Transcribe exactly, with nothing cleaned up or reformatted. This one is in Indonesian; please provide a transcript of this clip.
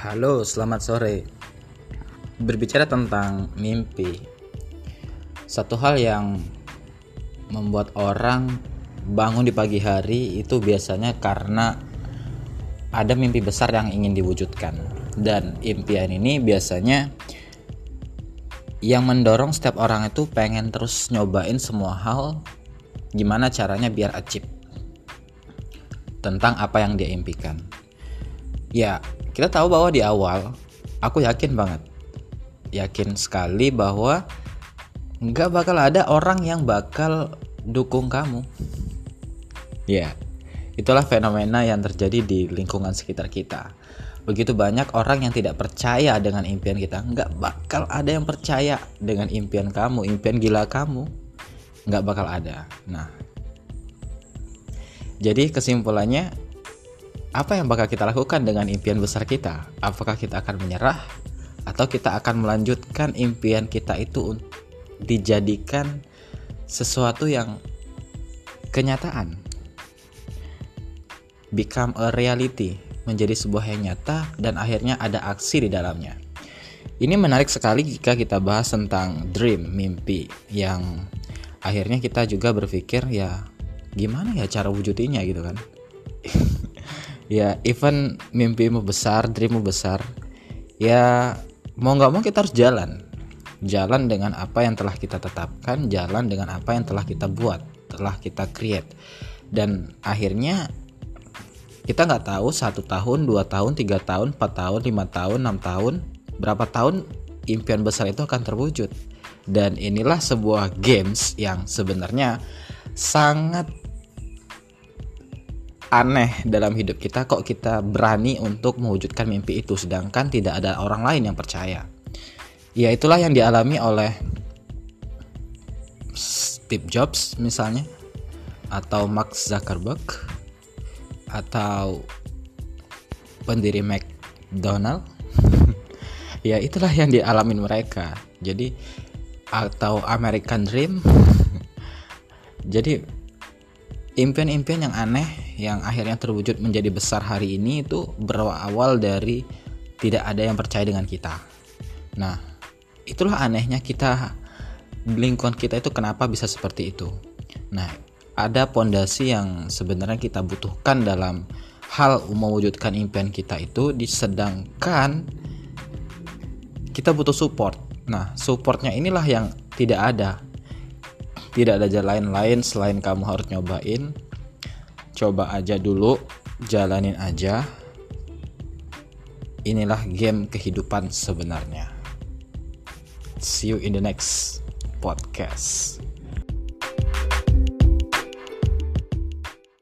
Halo, selamat sore. Berbicara tentang mimpi, satu hal yang membuat orang bangun di pagi hari itu biasanya karena ada mimpi besar yang ingin diwujudkan. Dan impian ini biasanya yang mendorong setiap orang itu pengen terus nyobain semua hal, gimana caranya biar achieve tentang apa yang dia impikan. Ya, kita tahu bahwa di awal aku yakin banget, yakin sekali bahwa nggak bakal ada orang yang bakal dukung kamu. Ya, itulah fenomena yang terjadi di lingkungan sekitar kita. Begitu banyak orang yang tidak percaya dengan impian kita. Nggak bakal ada yang percaya dengan impian kamu, impian gila kamu. Nggak bakal ada. Nah, jadi kesimpulannya, apa yang bakal kita lakukan dengan impian besar kita? Apakah kita akan menyerah? Atau kita akan melanjutkan impian kita itu dijadikan sesuatu yang kenyataan? Become a reality, menjadi sebuah yang nyata dan akhirnya ada aksi di dalamnya. Ini menarik sekali jika kita bahas tentang dream, mimpi, yang akhirnya kita juga berpikir ya gimana ya cara wujudinnya gitu kan. Ya, even mimpimu besar, dreammu besar, ya mau gak mau kita harus jalan. Jalan dengan apa yang telah kita tetapkan, jalan dengan apa yang telah kita buat, telah kita create. Dan akhirnya kita gak tahu satu tahun, dua tahun, tiga tahun, empat tahun, lima tahun, enam tahun, berapa tahun impian besar itu akan terwujud. Dan inilah sebuah games yang sebenarnya sangat aneh dalam hidup kita, kok kita berani untuk mewujudkan mimpi itu sedangkan tidak ada orang lain yang percaya. Ya itulah yang dialami oleh Steve Jobs misalnya, atau Mark Zuckerberg, atau pendiri McDonald. Ya itulah yang dialami mereka. Jadi atau American Dream. Jadi impian-impian yang aneh yang akhirnya terwujud menjadi besar hari ini itu berawal dari tidak ada yang percaya dengan kita. Nah, itulah anehnya kita, lingkungan kita itu kenapa bisa seperti itu. Nah, ada pondasi yang sebenarnya kita butuhkan dalam hal mewujudkan impian kita itu, disedangkan kita butuh support. Nah, supportnya inilah yang tidak ada. Tidak ada jalan lain selain kamu harus nyobain. Coba aja dulu, jalanin aja. Inilah game kehidupan sebenarnya. See you in the next podcast.